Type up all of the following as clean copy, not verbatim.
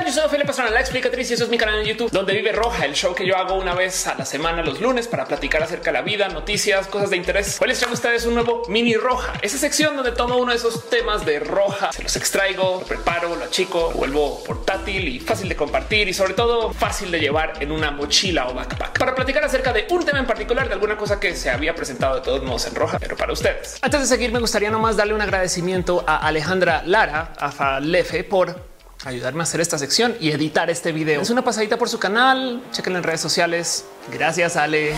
Yo soy Ophelia Pastrana, la explicatriz, y eso es mi canal en YouTube, donde vive Roja, el show que yo hago una vez a la semana los lunes para platicar acerca de la vida, noticias, cosas de interés. Hoy les traigo a ustedes un nuevo mini Roja, esa sección donde tomo uno de esos temas de Roja, se los extraigo, lo preparo, lo achico, lo vuelvo portátil y fácil de compartir y sobre todo fácil de llevar en una mochila o backpack para platicar acerca de un tema en particular, de alguna cosa que se había presentado de todos modos en Roja, pero para ustedes. Antes de seguir, me gustaría nomás darle un agradecimiento a Alejandra Lara, a Falefe, por ayudarme a hacer esta sección y editar este video. Es una pasadita por su canal. Chequen en redes sociales. Gracias, Ale.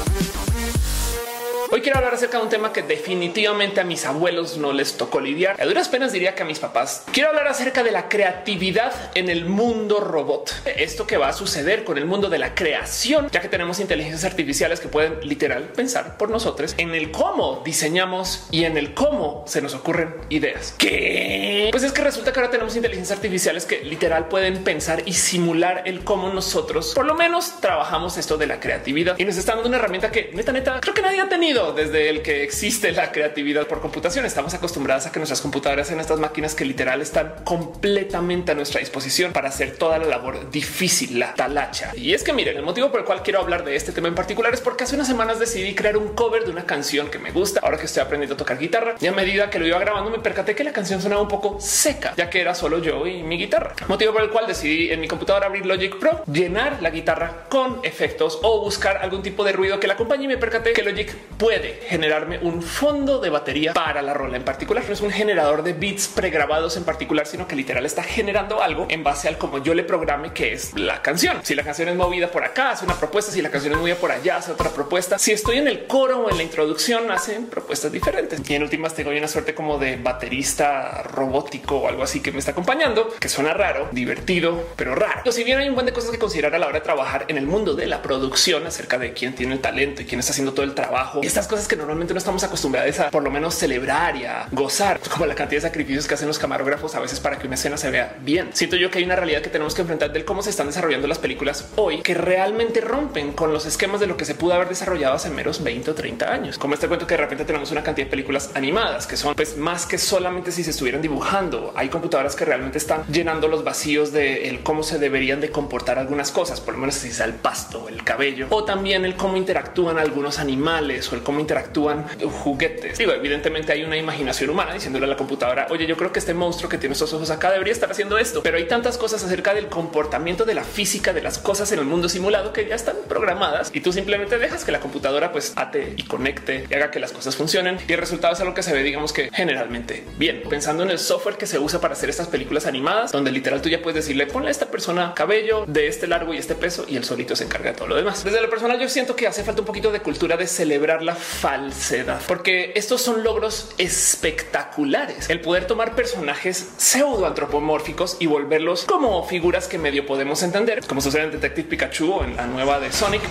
Hoy quiero hablar acerca de un tema que definitivamente a mis abuelos no les tocó lidiar. A duras penas diría que a mis papás. Quiero hablar acerca de la creatividad en el mundo robot. Esto que va a suceder con el mundo de la creación, ya que tenemos inteligencias artificiales que pueden literal pensar por nosotros en el cómo diseñamos y en el cómo se nos ocurren ideas. ¿Qué? Pues es que resulta que ahora tenemos inteligencias artificiales que literal pueden pensar y simular el cómo nosotros por lo menos trabajamos esto de la creatividad y nos está dando una herramienta que neta creo que nadie ha tenido. Desde el que existe la creatividad por computación, estamos acostumbradas a que nuestras computadoras sean estas máquinas que literal están completamente a nuestra disposición para hacer toda la labor difícil, la talacha. Y es que miren, el motivo por el cual quiero hablar de este tema en particular es porque hace unas semanas decidí crear un cover de una canción que me gusta ahora que estoy aprendiendo a tocar guitarra, y a medida que lo iba grabando me percaté que la canción sonaba un poco seca, ya que era solo yo y mi guitarra, motivo por el cual decidí en mi computadora abrir Logic Pro, llenar la guitarra con efectos o buscar algún tipo de ruido que la acompañe, y me percaté que Logic puede generarme un fondo de batería para la rola en particular. No es un generador de beats pregrabados en particular, sino que literal está generando algo en base al como yo le programe que es la canción. Si la canción es movida por acá, hace una propuesta. Si la canción es movida por allá, hace otra propuesta. Si estoy en el coro o en la introducción, hacen propuestas diferentes. Y en últimas tengo una suerte como de baterista robótico o algo así que me está acompañando, que suena raro, divertido, pero raro. Si bien hay un buen de cosas que considerar a la hora de trabajar en el mundo de la producción acerca de quién tiene el talento y quién está haciendo todo el trabajo, estas cosas que normalmente no estamos acostumbrados a por lo menos celebrar y a gozar, como la cantidad de sacrificios que hacen los camarógrafos a veces para que una escena se vea bien. Siento yo que hay una realidad que tenemos que enfrentar del cómo se están desarrollando las películas hoy, que realmente rompen con los esquemas de lo que se pudo haber desarrollado hace meros 20 o 30 años. Como este cuento que de repente tenemos una cantidad de películas animadas que son pues más que solamente si se estuvieran dibujando. Hay computadoras que realmente están llenando los vacíos de el cómo se deberían de comportar algunas cosas, por lo menos si sea el pasto, el cabello, o también el cómo interactúan algunos animales o el cómo interactúan juguetes. Digo, evidentemente hay una imaginación humana diciéndole a la computadora, oye, yo creo que este monstruo que tiene estos ojos acá debería estar haciendo esto, pero hay tantas cosas acerca del comportamiento de la física de las cosas en el mundo simulado que ya están programadas y tú simplemente dejas que la computadora pues ate y conecte y haga que las cosas funcionen, y el resultado es algo que se ve, digamos que generalmente bien. Pensando en el software que se usa para hacer estas películas animadas, donde literal tú ya puedes decirle, ponle a esta persona cabello de este largo y este peso, y el solito se encarga de todo lo demás. Desde lo personal, yo siento que hace falta un poquito de cultura de celebrar la falsedad, porque estos son logros espectaculares. El poder tomar personajes pseudo antropomórficos y volverlos como figuras que medio podemos entender, como sucede en Detective Pikachu o en la nueva de Sonic.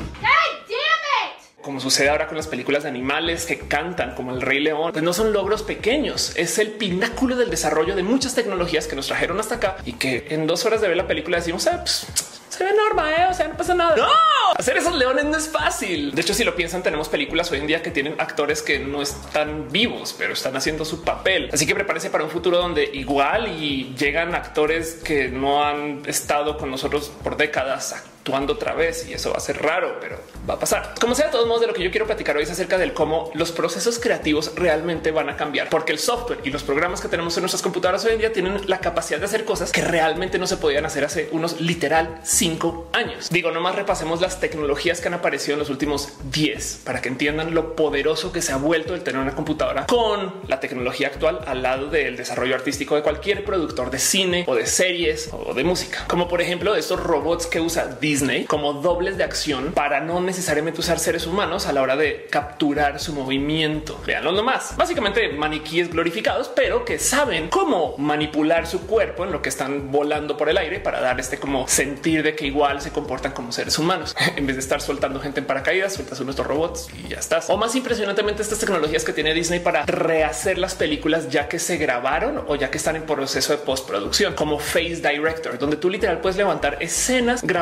Como sucede ahora con las películas de animales que cantan como el Rey León, pues no son logros pequeños. Es el pináculo del desarrollo de muchas tecnologías que nos trajeron hasta acá y que en 2 horas de ver la película decimos, pues, se ve normal, o sea, no pasa nada. No, hacer esos leones no es fácil. De hecho, si lo piensan, tenemos películas hoy en día que tienen actores que no están vivos, pero están haciendo su papel. Así que prepárese para un futuro donde igual y llegan actores que no han estado con nosotros por décadas actuando otra vez, y eso va a ser raro, pero va a pasar. Como sea, de todos modos, de lo que yo quiero platicar hoy es acerca del cómo los procesos creativos realmente van a cambiar, porque el software y los programas que tenemos en nuestras computadoras hoy en día tienen la capacidad de hacer cosas que realmente no se podían hacer hace unos literal 5 años. Digo, nomás repasemos las tecnologías que han aparecido en los últimos 10 para que entiendan lo poderoso que se ha vuelto el tener una computadora con la tecnología actual al lado del desarrollo artístico de cualquier productor de cine o de series o de música, como por ejemplo estos robots que usa Disney como dobles de acción para no necesariamente usar seres humanos a la hora de capturar su movimiento. Veanlo nomás. Básicamente maniquíes glorificados, pero que saben cómo manipular su cuerpo en lo que están volando por el aire para dar este como sentir de que igual se comportan como seres humanos. En vez de estar soltando gente en paracaídas, sueltas uno de estos robots y ya estás. O más impresionantemente, estas tecnologías que tiene Disney para rehacer las películas ya que se grabaron o ya que están en proceso de postproducción, como Face Director, donde tú literal puedes levantar escenas grabadas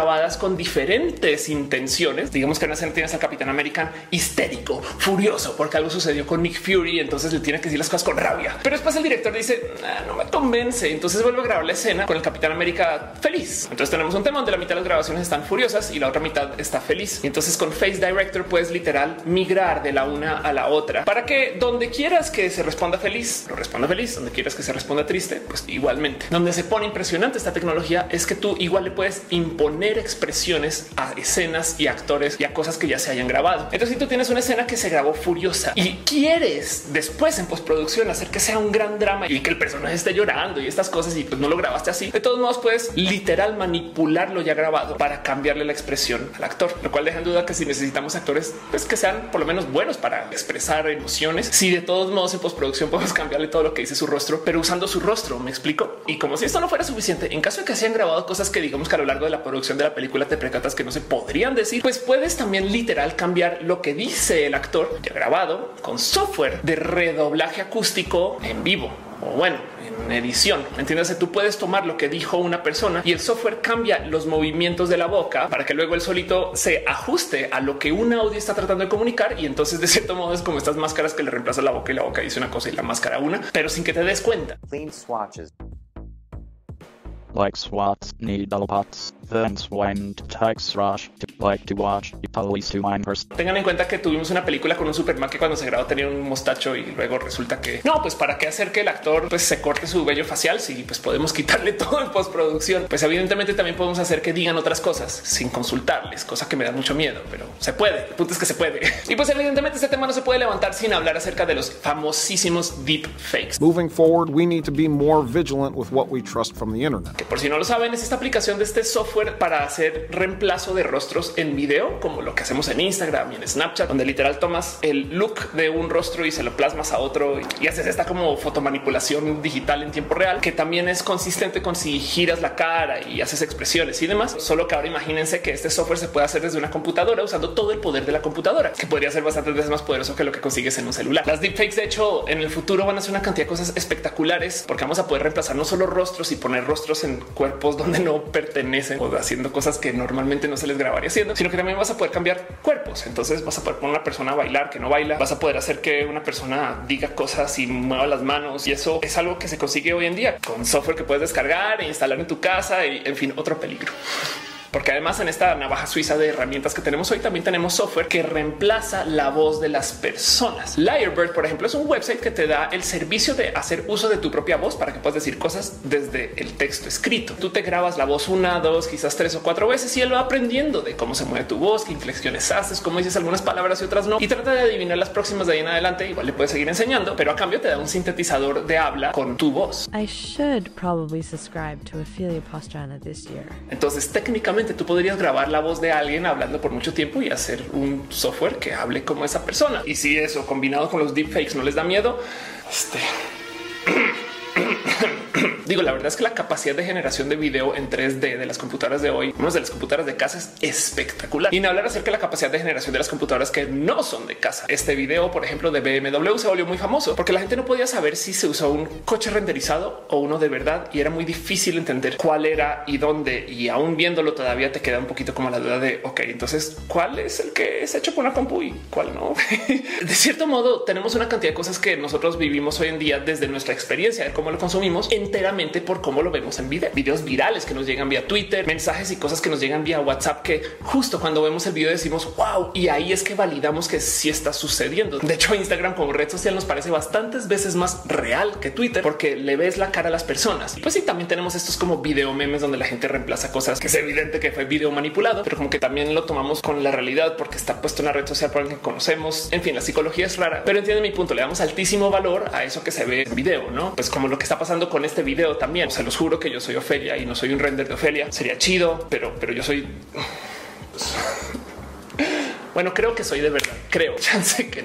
con diferentes intenciones. Digamos que en una escena tienes al Capitán América histérico, furioso porque algo sucedió con Nick Fury, entonces le tiene que decir las cosas con rabia. Pero después el director dice no me convence, entonces vuelve a grabar la escena con el Capitán América feliz. Entonces tenemos un tema donde la mitad de las grabaciones están furiosas y la otra mitad está feliz. Y entonces con Face Director puedes literal migrar de la una a la otra para que donde quieras que se responda feliz, lo responda feliz. Donde quieras que se responda triste, pues igualmente. Donde se pone impresionante esta tecnología es que tú igual le puedes imponer expresiones a escenas y actores y a cosas que ya se hayan grabado. Entonces, si tú tienes una escena que se grabó furiosa y quieres después en postproducción hacer que sea un gran drama y que el personaje esté llorando y estas cosas y pues no lo grabaste así, de todos modos puedes literal manipular lo ya grabado para cambiarle la expresión al actor, lo cual deja en duda que si necesitamos actores pues que sean por lo menos buenos para expresar emociones, si de todos modos en postproducción podemos cambiarle todo lo que dice su rostro, pero usando su rostro. ¿Me explico? Y como si esto no fuera suficiente, en caso de que se hayan grabado cosas que digamos que a lo largo de la producción de la película te percatas que no se podrían decir, pues puedes también literal cambiar lo que dice el actor ya grabado con software de redoblaje acústico en vivo o bueno, en edición. Entiéndase, tú puedes tomar lo que dijo una persona y el software cambia los movimientos de la boca para que luego el solito se ajuste a lo que un audio está tratando de comunicar. Y entonces, de cierto modo, es como estas máscaras que le reemplazan la boca y la boca dice una cosa y la máscara una, pero sin que te des cuenta. Clean swatches. Like swats, needle pots, then swing text rush, like to watch, police to mine first. Tengan en cuenta que tuvimos una película con un Superman que cuando se grabó tenía un mostacho y luego resulta que no, pues para qué hacer que el actor pues se corte su vello facial si pues podemos quitarle todo en postproducción. Pues evidentemente también podemos hacer que digan otras cosas sin consultarles, cosa que me da mucho miedo, pero se puede. El punto es que se puede. Y pues evidentemente este tema no se puede levantar sin hablar acerca de los famosísimos deep fakes. Moving forward, we need to be more vigilant with what we trust from the internet. Que por si no lo saben, es esta aplicación de este software para hacer reemplazo de rostros en video, como lo que hacemos en Instagram y en Snapchat, donde literal tomas el look de un rostro y se lo plasmas a otro y haces esta como fotomanipulación digital en tiempo real, que también es consistente con si giras la cara y haces expresiones y demás. Solo que ahora imagínense que este software se puede hacer desde una computadora usando todo el poder de la computadora, que podría ser bastantes veces más poderoso que lo que consigues en un celular. Las deepfakes, de hecho, en el futuro van a hacer una cantidad de cosas espectaculares porque vamos a poder reemplazar no solo rostros y poner rostros en cuerpos donde no pertenecen o haciendo cosas que normalmente no se les grabaría haciendo, sino que también vas a poder cambiar cuerpos. Entonces vas a poder poner una persona a bailar que no baila, vas a poder hacer que una persona diga cosas y mueva las manos, y eso es algo que se consigue hoy en día con software que puedes descargar e instalar en tu casa y en fin, otro peligro. Porque además en esta navaja suiza de herramientas que tenemos hoy también tenemos software que reemplaza la voz de las personas. Lyrebird, por ejemplo, es un website que te da el servicio de hacer uso de tu propia voz para que puedas decir cosas desde el texto escrito. Tú te grabas la voz 1, 2, quizás 3 o 4 veces y él va aprendiendo de cómo se mueve tu voz, qué inflexiones haces, cómo dices algunas palabras y otras no, y trata de adivinar las próximas de ahí en adelante. Igual le puedes seguir enseñando, pero a cambio te da un sintetizador de habla con tu voz. I should probably subscribe to Ophelia Pastrana this year. Entonces técnicamente tú podrías grabar la voz de alguien hablando por mucho tiempo y hacer un software que hable como esa persona. Y si eso combinado con los deepfakes no les da miedo, digo, la verdad es que la capacidad de generación de video en 3D de las computadoras de hoy, unas de las computadoras de casa, es espectacular. Y ni hablar acerca de la capacidad de generación de las computadoras que no son de casa. Este video, por ejemplo, de BMW se volvió muy famoso porque la gente no podía saber si se usó un coche renderizado o uno de verdad, y era muy difícil entender cuál era y dónde. Y aún viéndolo todavía te queda un poquito como la duda de, ok, entonces, ¿cuál es el que es hecho por una compu y cuál no? De cierto modo, tenemos una cantidad de cosas que nosotros vivimos hoy en día desde nuestra experiencia de cómo lo consumimos enteramente por cómo lo vemos en video, videos virales que nos llegan vía Twitter, mensajes y cosas que nos llegan vía WhatsApp, que justo cuando vemos el video decimos wow, y ahí es que validamos que sí está sucediendo. De hecho, Instagram como red social nos parece bastantes veces más real que Twitter porque le ves la cara a las personas. Pues sí, también tenemos estos como video memes donde la gente reemplaza cosas que es evidente que fue video manipulado, pero como que también lo tomamos con la realidad porque está puesto en una red social por alguien que conocemos. En fin, la psicología es rara, pero entiende mi punto. Le damos altísimo valor a eso que se ve en video, no? Pues como lo que está pasando con este video también. Se los juro que yo soy Ofelia y no soy un render de Ofelia. Sería chido, pero yo soy pues... bueno, creo que soy de verdad. Creo, chance que no.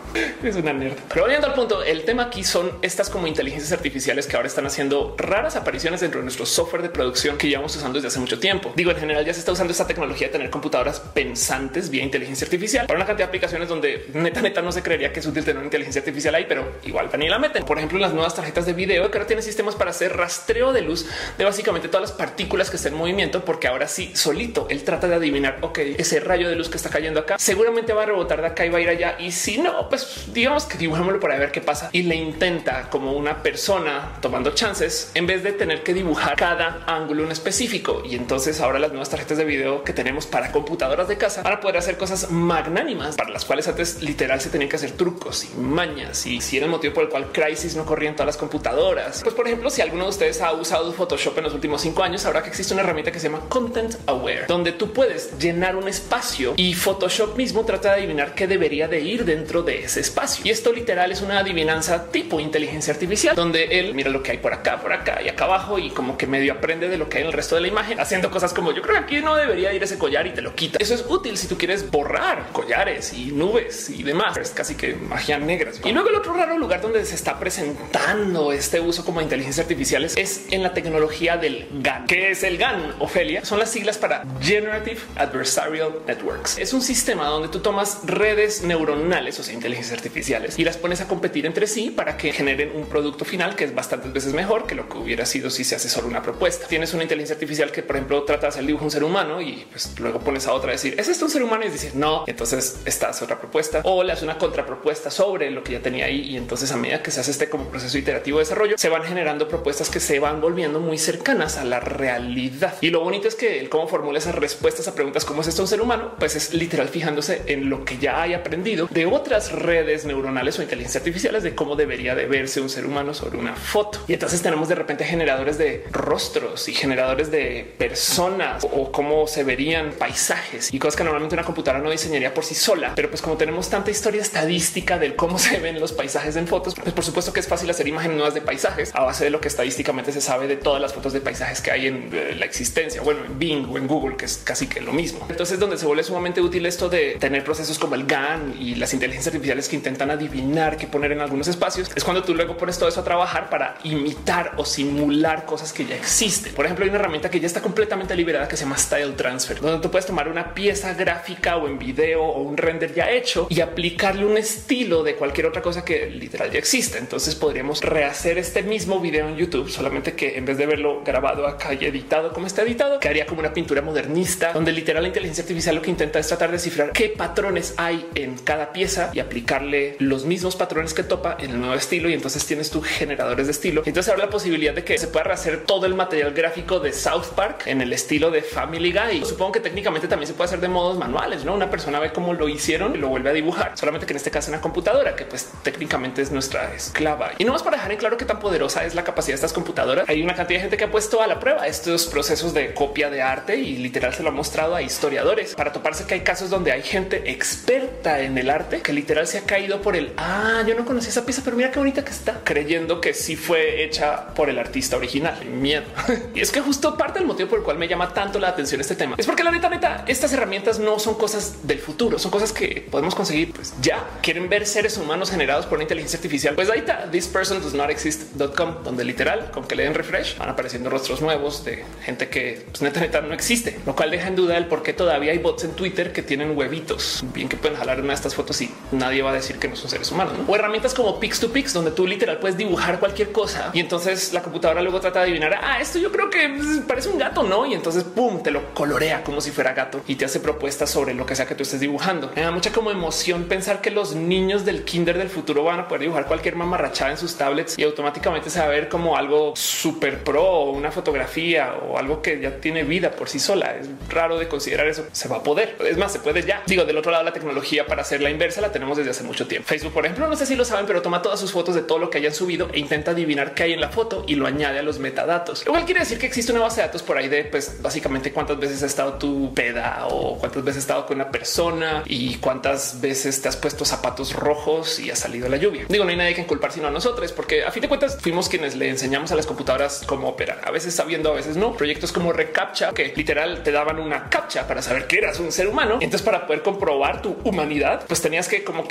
Es una nerd. Pero volviendo al punto, el tema aquí son estas como inteligencias artificiales que ahora están haciendo raras apariciones dentro de nuestro software de producción que llevamos usando desde hace mucho tiempo. Digo, en general ya se está usando esta tecnología de tener computadoras pensantes vía inteligencia artificial para una cantidad de aplicaciones donde neta no se creería que es útil tener una inteligencia artificial ahí, pero igual ni la meten. Por ejemplo, en las nuevas tarjetas de video que ahora tienen sistemas para hacer rastreo de luz de básicamente todas las partículas que estén en movimiento, porque ahora sí solito él trata de adivinar, ok, ese rayo de luz que está cayendo acá seguramente va a rebotar de acá y va a ir allá, y si no, pues digamos que dibujémoslo para ver qué pasa, y le intenta como una persona tomando chances en vez de tener que dibujar cada ángulo en específico. Y entonces ahora las nuevas tarjetas de video que tenemos para computadoras de casa van a poder hacer cosas magnánimas para las cuales antes literal se tenían que hacer trucos y mañas, y si era el motivo por el cual Crysis no corría en todas las computadoras. Pues por ejemplo, si alguno de ustedes ha usado Photoshop en los últimos 5 años, sabrá que existe una herramienta que se llama Content Aware, donde tú puedes llenar un espacio y Photoshop mismo trata de adivinar qué debería de ir dentro de ese espacio. Y esto literal es una adivinanza tipo inteligencia artificial, donde él mira lo que hay por acá y acá abajo, y como que medio aprende de lo que hay en el resto de la imagen, haciendo cosas como yo creo que aquí no debería ir ese collar, y te lo quita. Eso es útil si tú quieres borrar collares y nubes y demás. Es casi que magia negra. Y luego el otro raro lugar donde se está presentando este uso como inteligencias artificiales es en la tecnología del GAN. ¿Qué es el GAN, Ofelia? Son las siglas para Generative Adversarial Networks. Es un sistema donde tú tomas redes neuronales, o sea, inteligencias artificiales, y las pones a competir entre sí para que generen un producto final que es bastantes veces mejor que lo que hubiera sido si se hace solo una propuesta. Tienes una inteligencia artificial que, por ejemplo, trata de hacer el dibujo de un ser humano, y pues luego pones a otra a decir, ¿es esto un ser humano? Y dices no. Entonces esta es otra propuesta, o le hace una contrapropuesta sobre lo que ya tenía ahí. Y entonces, a medida que se hace este como proceso iterativo de desarrollo, se van generando propuestas que se van volviendo muy cercanas a la realidad. Y lo bonito es que el cómo formula esas respuestas a preguntas como es esto un ser humano, pues es literal fijándose en lo que ya hay aprendido de otras redes neuronales o inteligencias artificiales de cómo debería de verse un ser humano sobre una foto. Y entonces tenemos de repente generadores de rostros y generadores de personas, o cómo se verían paisajes y cosas que normalmente una computadora no diseñaría por sí sola. Pero pues como tenemos tanta historia estadística del cómo se ven los paisajes en fotos, pues por supuesto que es fácil hacer imágenes nuevas de paisajes a base de lo que estadísticamente se sabe de todas las fotos de paisajes que hay en la existencia, bueno, en Bing o en Google, que es casi que lo mismo. Entonces, donde se vuelve sumamente útil esto de tener procesos como el GAN y las inteligencias artificiales que intentan adivinar qué poner en algunos espacios, es cuando tú luego pones todo eso a trabajar para imitar o simular cosas que ya existen. Por ejemplo, hay una herramienta que ya está completamente liberada que se llama Style Transfer, donde tú puedes tomar una pieza gráfica o en video o un render ya hecho y aplicarle un estilo de cualquier otra cosa que literal ya existe. Entonces podríamos rehacer este mismo video en YouTube, solamente que en vez de verlo grabado acá y editado como está editado, quedaría como una pintura modernista, donde literal la inteligencia artificial lo que intenta es tratar de descifrar qué patrones hay en cada pieza y aplicarle los mismos patrones que topa en el nuevo estilo. Y entonces tienes tus generadores de estilo. Entonces ahora la posibilidad de que se pueda rehacer todo el material gráfico de South Park en el estilo de Family Guy. Supongo que técnicamente también se puede hacer de modos manuales, ¿no? Una persona ve cómo lo hicieron y lo vuelve a dibujar, solamente que en este caso una computadora que pues técnicamente es nuestra esclava. Y no más para dejar en claro qué tan poderosa es la capacidad de estas computadoras. Hay una cantidad de gente que ha puesto a la prueba estos procesos de copia de arte y literal se lo ha mostrado a historiadores para toparse que hay casos donde hay gente experta en el arte que literal se ha caído por el yo no conocí esa pieza, pero mira qué bonita que está, creyendo que sí fue hecha por el artista original. Miedo. Y es que justo parte del motivo por el cual me llama tanto la atención este tema es porque la neta, estas herramientas no son cosas del futuro, son cosas que podemos conseguir. Pues ya quieren ver seres humanos generados por una inteligencia artificial. Pues ahí está thispersondoesnotexist.com, donde literal con que le den refresh van apareciendo rostros nuevos de gente que pues, neta no existe, lo cual deja en duda el por qué todavía hay bots en Twitter que tienen huevitos. Bien que pueden jalar una de estas fotos y nadie va a decir que no son seres humanos, ¿no? O herramientas como Pix2Pix, donde tú literal puedes dibujar cualquier cosa y entonces la computadora luego trata de adivinar, esto yo creo que parece un gato, ¿no? Y entonces pum, te lo colorea como si fuera gato y te hace propuestas sobre lo que sea que tú estés dibujando. Me da mucha como emoción pensar que los niños del kinder del futuro van a poder dibujar cualquier mamarrachada en sus tablets y automáticamente se va a ver como algo súper pro o una fotografía o algo que ya tiene vida por sí sola. Es raro de considerar eso. Se va a poder. Es más, se puede ya. Digo, del otro lado, la tecnología para hacer la inversa la tenemos desde hace mucho tiempo. Facebook, por ejemplo, no sé si lo saben, pero toma todas sus fotos de todo lo que hayan subido e intenta adivinar qué hay en la foto y lo añade a los metadatos. Lo cual quiere decir que existe una base de datos por ahí de pues básicamente cuántas veces ha estado tu peda o cuántas veces has estado con una persona y cuántas veces te has puesto zapatos rojos y ha salido la lluvia. Digo, no hay nadie que culpar sino a nosotros, porque a fin de cuentas fuimos quienes le enseñamos a las computadoras cómo operar, a veces sabiendo, a veces no. Proyectos como Recaptcha, que literal te daban una captcha para saber que eras un ser humano. Entonces, para poder comprobar tu humanidad, pues tenías que como que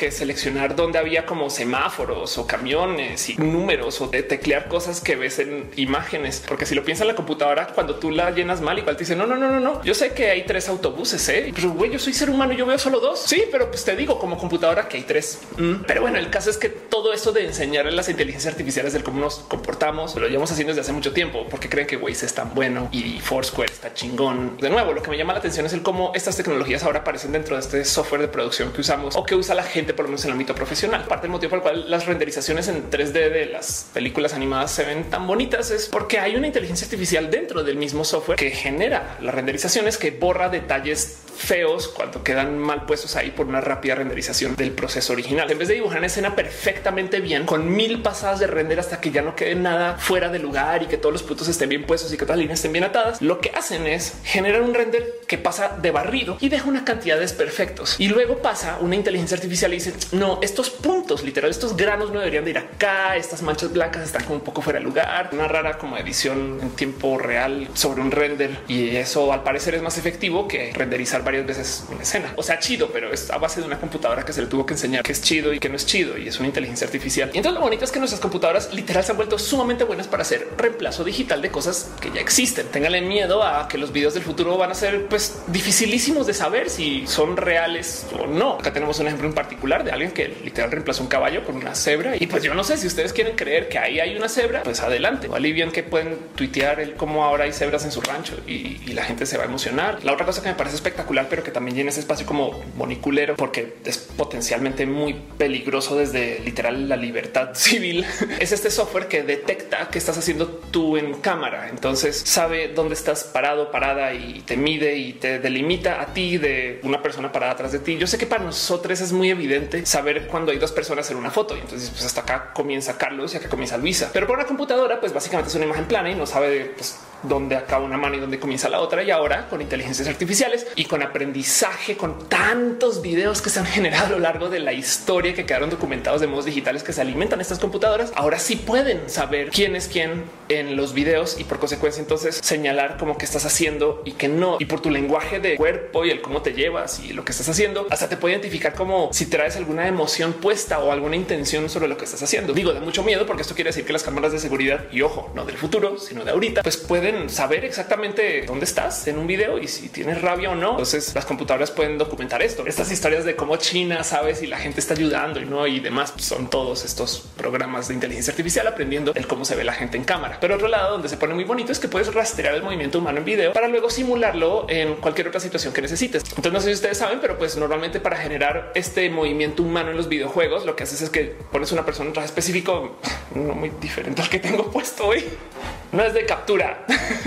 que seleccionar dónde había como semáforos o camiones y números o de teclear cosas que ves en imágenes, porque si lo piensa la computadora, cuando tú la llenas mal, igual te dice no, yo sé que hay 3 autobuses, pero güey, yo soy ser humano, yo veo solo 2. Sí, pero pues te digo como computadora que hay 3. Pero bueno, el caso es que todo eso de enseñarle las inteligencias artificiales del cómo nos comportamos lo llevamos haciendo desde hace mucho tiempo, porque creen que Waze es tan bueno y Foursquare está chingón. De nuevo, lo que me llama la atención es el cómo estas tecnologías ahora aparecen dentro de este software de producción que usamos o que usa la gente, por lo menos en el ámbito profesional. Parte del motivo por el cual las renderizaciones en 3D de las películas animadas se ven tan bonitas es porque hay una inteligencia artificial dentro del mismo software que genera las renderizaciones, que borra detalles feos cuando quedan mal puestos ahí por una rápida renderización del proceso original. En vez de dibujar una escena perfectamente bien con 1000 pasadas de render hasta que ya no quede nada fuera de lugar y que todos los puntos estén bien puestos y que todas las líneas estén bien atadas, lo que hacen es generar un render que pasa de barrido y deja una cantidad de desperfectos. Y luego pasa una inteligencia artificial y dice no, estos puntos literal, estos granos no deberían de ir acá, estas manchas blancas están como un poco fuera de lugar, una rara como edición en tiempo real sobre un render, y eso al parecer es más efectivo que renderizar varias veces una escena. O sea, chido, pero es a base de una computadora que se le tuvo que enseñar que es chido y que no es chido, y es una inteligencia artificial. Y entonces lo bonito es que nuestras computadoras literal se han vuelto sumamente buenas para hacer reemplazo digital de cosas que ya existen. Ténganle miedo a que los videos del futuro van a ser pues dificilísimos de saber si son reales o no. Acá tenemos un ejemplo en particular de alguien que literal reemplazó un caballo con una cebra, y pues yo no sé si ustedes quieren creer que ahí hay una cebra, pues adelante. Vale, bien que pueden tuitear el cómo ahora hay cebras en su rancho y la gente se va a emocionar. La otra cosa que me parece espectacular, pero que también llena ese espacio como moniculero, porque es potencialmente muy peligroso desde literal la libertad civil, es este software que detecta que estás haciendo tú en cámara. Entonces sabe dónde estás parado, parada, y te mide y te delimita a ti de una persona parada atrás de ti. Yo sé que para nosotros es muy evidente saber cuando hay 2 personas en una foto, y entonces pues hasta acá comienza Carlos y acá comienza Luisa, pero por una computadora pues básicamente es una imagen plana y no sabe pues dónde acaba una mano y dónde comienza la otra. Y ahora con inteligencias artificiales y con aprendizaje, con tantos videos que se han generado a lo largo de la historia que quedaron documentados de modos digitales que se alimentan estas computadoras, ahora sí pueden saber quién es quién en los videos y por consecuencia entonces señalar como que estás haciendo y que no. Y por tu lenguaje de cuerpo y el cómo te llevas y lo que estás haciendo, hasta te puede identificar como si traes alguna emoción puesta o alguna intención sobre lo que estás haciendo. Digo, da mucho miedo porque esto quiere decir que las cámaras de seguridad, y ojo, no del futuro, sino de ahorita, pues pueden saber exactamente dónde estás en un video y si tienes rabia o no. Entonces las computadoras pueden documentar esto. Estas historias de cómo China sabe si la gente está ayudando y no y demás, son todos estos programas de inteligencia artificial aprendiendo el cómo se ve la gente en cámara. Pero otro lado donde se pone muy bonito es que puedes rastrear el movimiento humano en video para luego simularlo en cualquier otra situación que necesites. Entonces no sé si ustedes saben, pero pues normalmente para generar este movimiento humano en los videojuegos lo que haces es que pones una persona en un traje específico, no muy diferente al que tengo puesto hoy. No es de captura.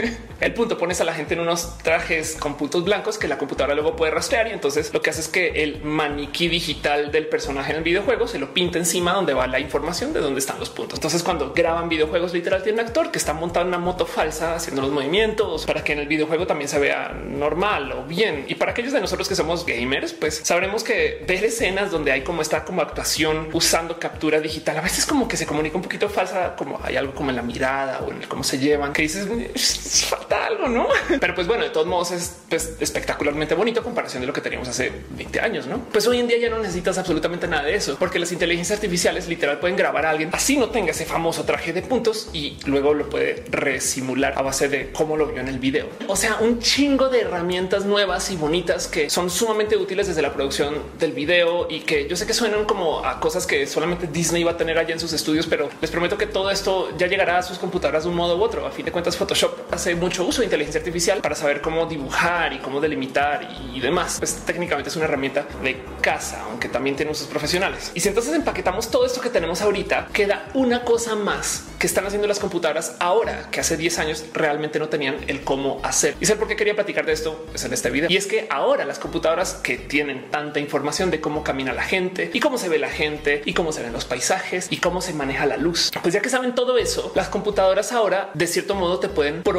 El punto, pones a la gente en unos trajes con puntos blancos que la computadora luego puede rastrear, y entonces lo que hace es que el maniquí digital del personaje en el videojuego se lo pinta encima donde va la información de dónde están los puntos. Entonces cuando graban videojuegos literal tiene un actor que está montado en una moto falsa haciendo los movimientos para que en el videojuego también se vea normal o bien. Y para aquellos de nosotros que somos gamers, pues sabremos que ver escenas donde hay como esta como actuación usando captura digital a veces como que se comunica un poquito falsa, como hay algo como en la mirada o en el cómo se llevan, que dices falta algo, ¿no? Pero pues bueno, de todos modos es pues, espectacularmente bonito a comparación de lo que teníamos hace 20 años, ¿no? Pues hoy en día ya no necesitas absolutamente nada de eso, porque las inteligencias artificiales literal pueden grabar a alguien así no tenga ese famoso traje de puntos y luego lo puede resimular a base de cómo lo vio en el video. O sea, un chingo de herramientas nuevas y bonitas que son sumamente útiles desde la producción del video, y que yo sé que suenan como a cosas que solamente Disney va a tener allá en sus estudios, pero les prometo que todo esto ya llegará a sus computadoras de un modo u otro. A fin de cuentas, Photoshop hace mucho uso de inteligencia artificial para saber cómo dibujar y cómo delimitar y demás. Pues técnicamente es una herramienta de casa, aunque también tiene usos profesionales. Y si entonces empaquetamos todo esto que tenemos ahorita, queda una cosa más que están haciendo las computadoras ahora que hace 10 años realmente no tenían el cómo hacer. Y sé por qué quería platicar de esto pues en este video. Y es que ahora las computadoras que tienen tanta información de cómo camina la gente y cómo se ve la gente y cómo se ven los paisajes y cómo se maneja la luz, pues ya que saben todo eso, las computadoras ahora de cierto modo te pueden proponer a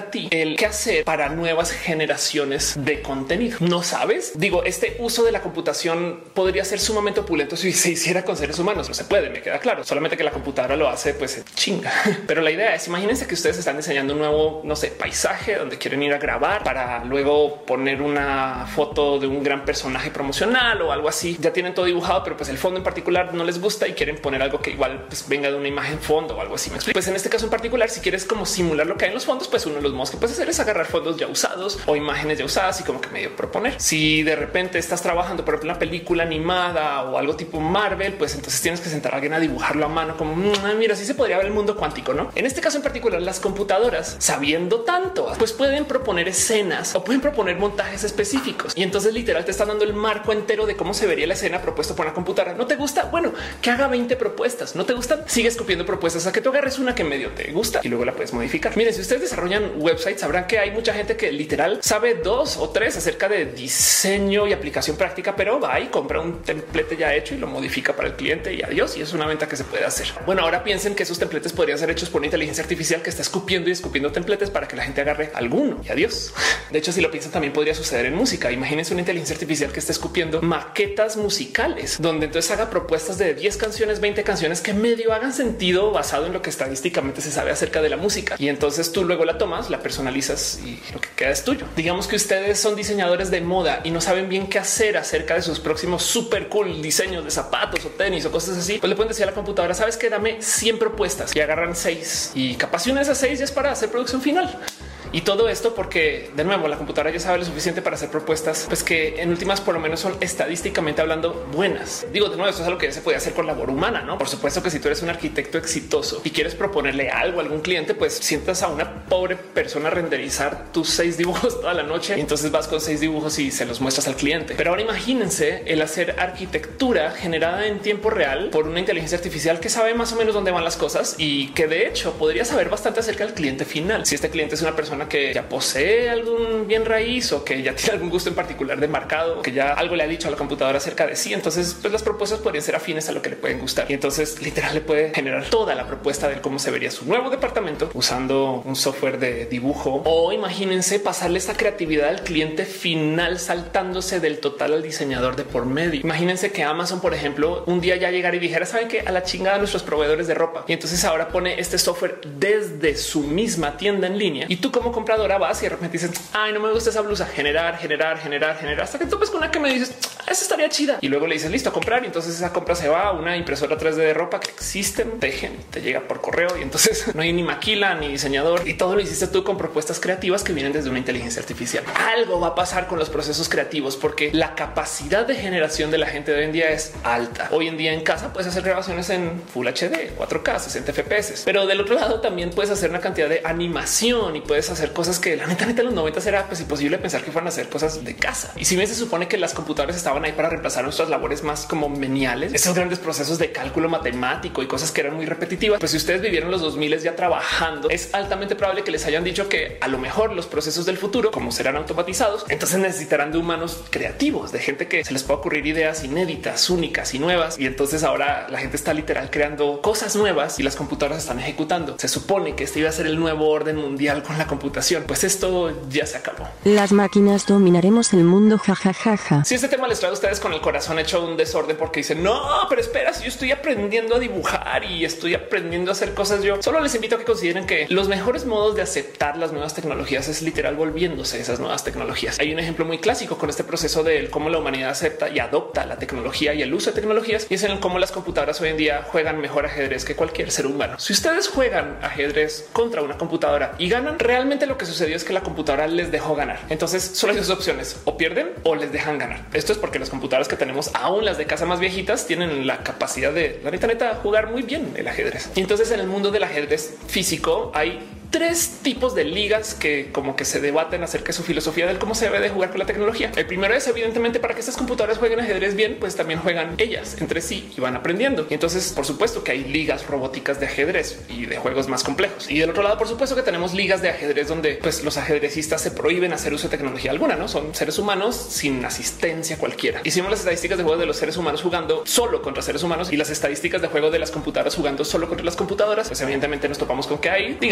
a ti el qué hacer para nuevas generaciones de contenido. ¿No sabes? Digo, este uso de la computación podría ser sumamente opulento si se hiciera con seres humanos. No se puede, me queda claro. Solamente que la computadora lo hace, pues se chinga. Pero la idea es, imagínense que ustedes están diseñando un nuevo, no sé, paisaje donde quieren ir a grabar para luego poner una foto de un gran personaje promocional o algo así. Ya tienen todo dibujado, pero pues el fondo en particular no les gusta y quieren poner algo que igual pues venga de una imagen fondo o algo así. ¿Me explico? Pues en este caso en particular, si quieres como simular lo que hay en los fondos, pues uno de los modos que puedes hacer es agarrar fondos ya usados o imágenes ya usadas y como que medio proponer. Si de repente estás trabajando, por ejemplo, una película animada o algo tipo Marvel, pues entonces tienes que sentar a alguien a dibujarlo a mano como mira, así se podría ver el mundo cuántico, ¿no? En este caso en particular, las computadoras, sabiendo tanto, pues pueden proponer escenas o pueden proponer montajes específicos y entonces literal te están dando el marco entero de cómo se vería la escena propuesto por una computadora. ¿No te gusta? Bueno, que haga 20 propuestas. ¿No te gustan? Sigue escupiendo propuestas a que tú agarres una que medio te gusta y luego la puedes modificar. Miren, si ustedes desarrollan websites, sabrán que hay mucha gente que literal sabe 2 o 3 acerca de diseño y aplicación práctica, pero va y compra un templete ya hecho y lo modifica para el cliente y adiós. Y es una venta que se puede hacer. Bueno, ahora piensen que esos templates podrían ser hechos por una inteligencia artificial que está escupiendo y escupiendo templates para que la gente agarre alguno y adiós. De hecho, si lo piensan, también podría suceder en música. Imagínense una inteligencia artificial que está escupiendo maquetas musicales, donde entonces haga propuestas de 10 canciones, 20 canciones que medio hagan sentido basado en lo que estadísticamente se sabe acerca de la música. Y entonces tú luego la tomas, la personalizas y lo que queda es tuyo. Digamos que ustedes son diseñadores de moda y no saben bien qué hacer acerca de sus próximos super cool diseños de zapatos o tenis o cosas así. Pues le pueden decir a la computadora, sabes que dame 100 propuestas y agarran 6 y capaz una de esas 6 ya es para hacer producción final. Y todo esto porque de nuevo la computadora ya sabe lo suficiente para hacer propuestas, pues que en últimas por lo menos son estadísticamente hablando buenas. Digo, de nuevo, esto es algo que ya se puede hacer con labor humana, ¿no? Por supuesto que si tú eres un arquitecto exitoso y quieres proponerle algo a algún cliente, pues sientas a una pobre persona a renderizar tus 6 dibujos toda la noche y entonces vas con 6 dibujos y se los muestras al cliente. Pero ahora imagínense el hacer arquitectura generada en tiempo real por una inteligencia artificial que sabe más o menos dónde van las cosas y que de hecho podría saber bastante acerca del cliente final. Si este cliente es una persona que ya posee algún bien raíz o que ya tiene algún gusto en particular de marcado, que ya algo le ha dicho a la computadora acerca de sí, entonces pues las propuestas podrían ser afines a lo que le pueden gustar y entonces literal le puede generar toda la propuesta de cómo se vería su nuevo departamento usando un software de dibujo. O imagínense pasarle esta creatividad al cliente final saltándose del total al diseñador de por medio. Imagínense que Amazon, por ejemplo, un día ya llegara y dijera, saben que a la chingada nuestros proveedores de ropa, y entonces ahora pone este software desde su misma tienda en línea y tú como comprador vas y de repente dices, ay, no me gusta esa blusa, generar hasta que topes con una que me dices, esa estaría chida. Y luego le dices, listo, a comprar. Y entonces esa compra se va a una impresora 3D de ropa que existen, te llega por correo y entonces no hay ni maquila ni diseñador y todo lo hiciste tú con propuestas creativas que vienen desde una inteligencia artificial. Algo va a pasar con los procesos creativos porque la capacidad de generación de la gente de hoy en día es alta. Hoy en día en casa puedes hacer grabaciones en Full HD, 4K, 60 FPS, pero del otro lado también puedes hacer una cantidad de animación y puedes hacer cosas que la neta en los 90 era pues imposible pensar que fueran a hacer cosas de casa. Y si bien se supone que las computadoras estaban ahí para reemplazar nuestras labores más como meniales, esos grandes procesos de cálculo matemático y cosas que eran muy repetitivas, pues si ustedes vivieron los 2000 ya trabajando, es altamente probable que les hayan dicho que a lo mejor los procesos del futuro, como serán automatizados, entonces necesitarán de humanos creativos, de gente que se les pueda ocurrir ideas inéditas, únicas y nuevas. Y entonces ahora la gente está literal creando cosas nuevas y las computadoras están ejecutando. Se supone que este iba a ser el nuevo orden mundial con la computación. Pues esto ya se acabó. Las máquinas dominaremos el mundo, jajajaja. Si este tema les trae a ustedes con el corazón hecho un desorden porque dicen no, pero espera, si yo estoy aprendiendo a dibujar y estoy aprendiendo a hacer cosas, yo solo les invito a que consideren que los mejores modos de aceptar las nuevas tecnologías es literal volviéndose esas nuevas tecnologías. Hay un ejemplo muy clásico con este proceso de cómo la humanidad acepta y adopta la tecnología y el uso de tecnologías, y es en cómo las computadoras hoy en día juegan mejor ajedrez que cualquier ser humano. Si ustedes juegan ajedrez contra una computadora y ganan, realmente lo que sucedió es que la computadora les dejó ganar. Entonces solo hay dos opciones: o pierden o les dejan ganar. Esto es porque las computadoras que tenemos, aún las de casa más viejitas, tienen la capacidad de la neta jugar muy bien el ajedrez. Y entonces en el mundo del ajedrez físico hay tres tipos de ligas que como que se debaten acerca de su filosofía del cómo se debe de jugar con la tecnología. El primero es evidentemente para que estas computadoras jueguen ajedrez bien, pues también juegan ellas entre sí y van aprendiendo. Y entonces por supuesto que hay ligas robóticas de ajedrez y de juegos más complejos. Y del otro lado por supuesto que tenemos ligas de ajedrez donde pues los ajedrecistas se prohíben hacer uso de tecnología alguna, no son seres humanos sin asistencia cualquiera. Hicimos las estadísticas de juego de los seres humanos jugando solo contra seres humanos y las estadísticas de juego de las computadoras jugando solo contra las computadoras. Pues evidentemente nos topamos con que hay, digamos que ciertos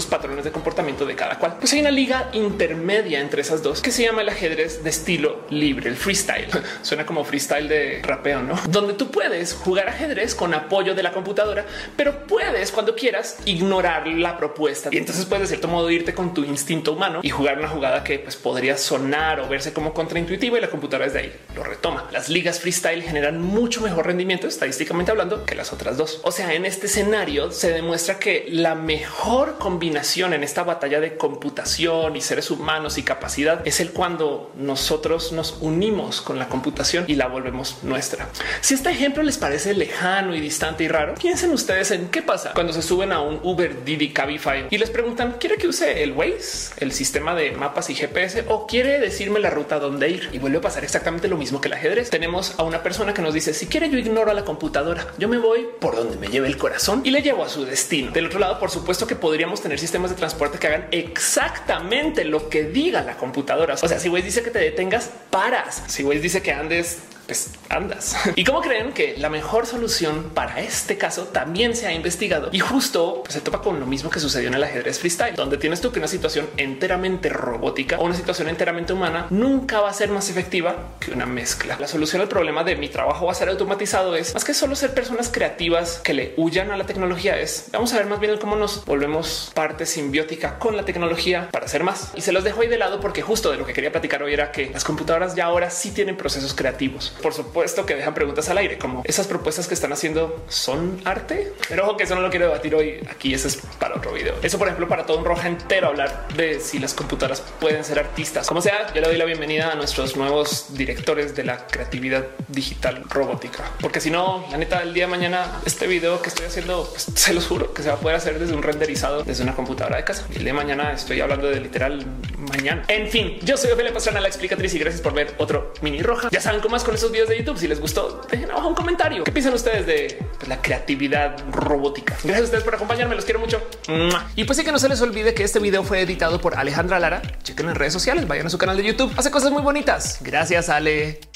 ciertos patrones de comportamiento de cada cual. Pues hay una liga intermedia entre esas dos que se llama el ajedrez de estilo libre, el freestyle. Suena como freestyle de rapeo, ¿no? Donde tú puedes jugar ajedrez con apoyo de la computadora, pero puedes cuando quieras ignorar la propuesta y entonces puedes de cierto modo irte con tu instinto humano y jugar una jugada que pues podría sonar o verse como contraintuitiva y la computadora desde ahí lo retoma. Las ligas freestyle generan mucho mejor rendimiento estadísticamente hablando que las otras dos. O sea, en este escenario se demuestra que la mejor combinación en esta batalla de computación y seres humanos y capacidad es el cuando nosotros nos unimos con la computación y la volvemos nuestra. Si este ejemplo les parece lejano y distante y raro, piensen ustedes en qué pasa cuando se suben a un Uber, Didi, Cabify y les preguntan, ¿quiere que use el Waze, el sistema de mapas y GPS, o quiere decirme la ruta donde ir? Y vuelve a pasar exactamente lo mismo que el ajedrez. Tenemos a una persona que nos dice, si quiere yo ignoro a la computadora, yo me voy por donde me lleve el corazón y le llevo a su destino. Del otro lado, por supuesto que podríamos tener sistemas de transporte que hagan exactamente lo que diga la computadora. O sea, si Waze dice que te detengas, paras. Si Waze dice que andes, pues andas. ¿Y cómo creen que la mejor solución para este caso también se ha investigado? Y justo pues, se topa con lo mismo que sucedió en el ajedrez freestyle, donde tienes tú que una situación enteramente robótica o una situación enteramente humana nunca va a ser más efectiva que una mezcla. La solución al problema de mi trabajo va a ser automatizado es más que solo ser personas creativas que le huyan a la tecnología. Es vamos a ver más bien cómo nos volvemos parte simbiótica con la tecnología para hacer más. Y se los dejo ahí de lado porque justo de lo que quería platicar hoy era que las computadoras ya ahora sí tienen procesos creativos. Por supuesto que dejan preguntas al aire como esas propuestas que están haciendo son arte, pero ojo que eso no lo quiero debatir hoy aquí. Eso es para otro video. Eso, por ejemplo, para todo un roja entero hablar de si las computadoras pueden ser artistas. Como sea, yo le doy la bienvenida a nuestros nuevos directores de la creatividad digital robótica, porque si no, la neta, el día de mañana este video que estoy haciendo, pues, se los juro que se va a poder hacer desde un renderizado desde una computadora de casa. Y el día de mañana estoy hablando de literal mañana. En fin, yo soy Ophelia Pastrana, la explicatriz, y gracias por ver otro mini roja. Ya saben cómo más con esos videos de YouTube. Si les gustó, dejen abajo un comentario. ¿Qué piensan ustedes de la creatividad robótica? Gracias a ustedes por acompañarme. Los quiero mucho. Y pues sí, que no se les olvide que este video fue editado por Alejandra Lara. Chequen en redes sociales, vayan a su canal de YouTube. Hace cosas muy bonitas. Gracias, Ale.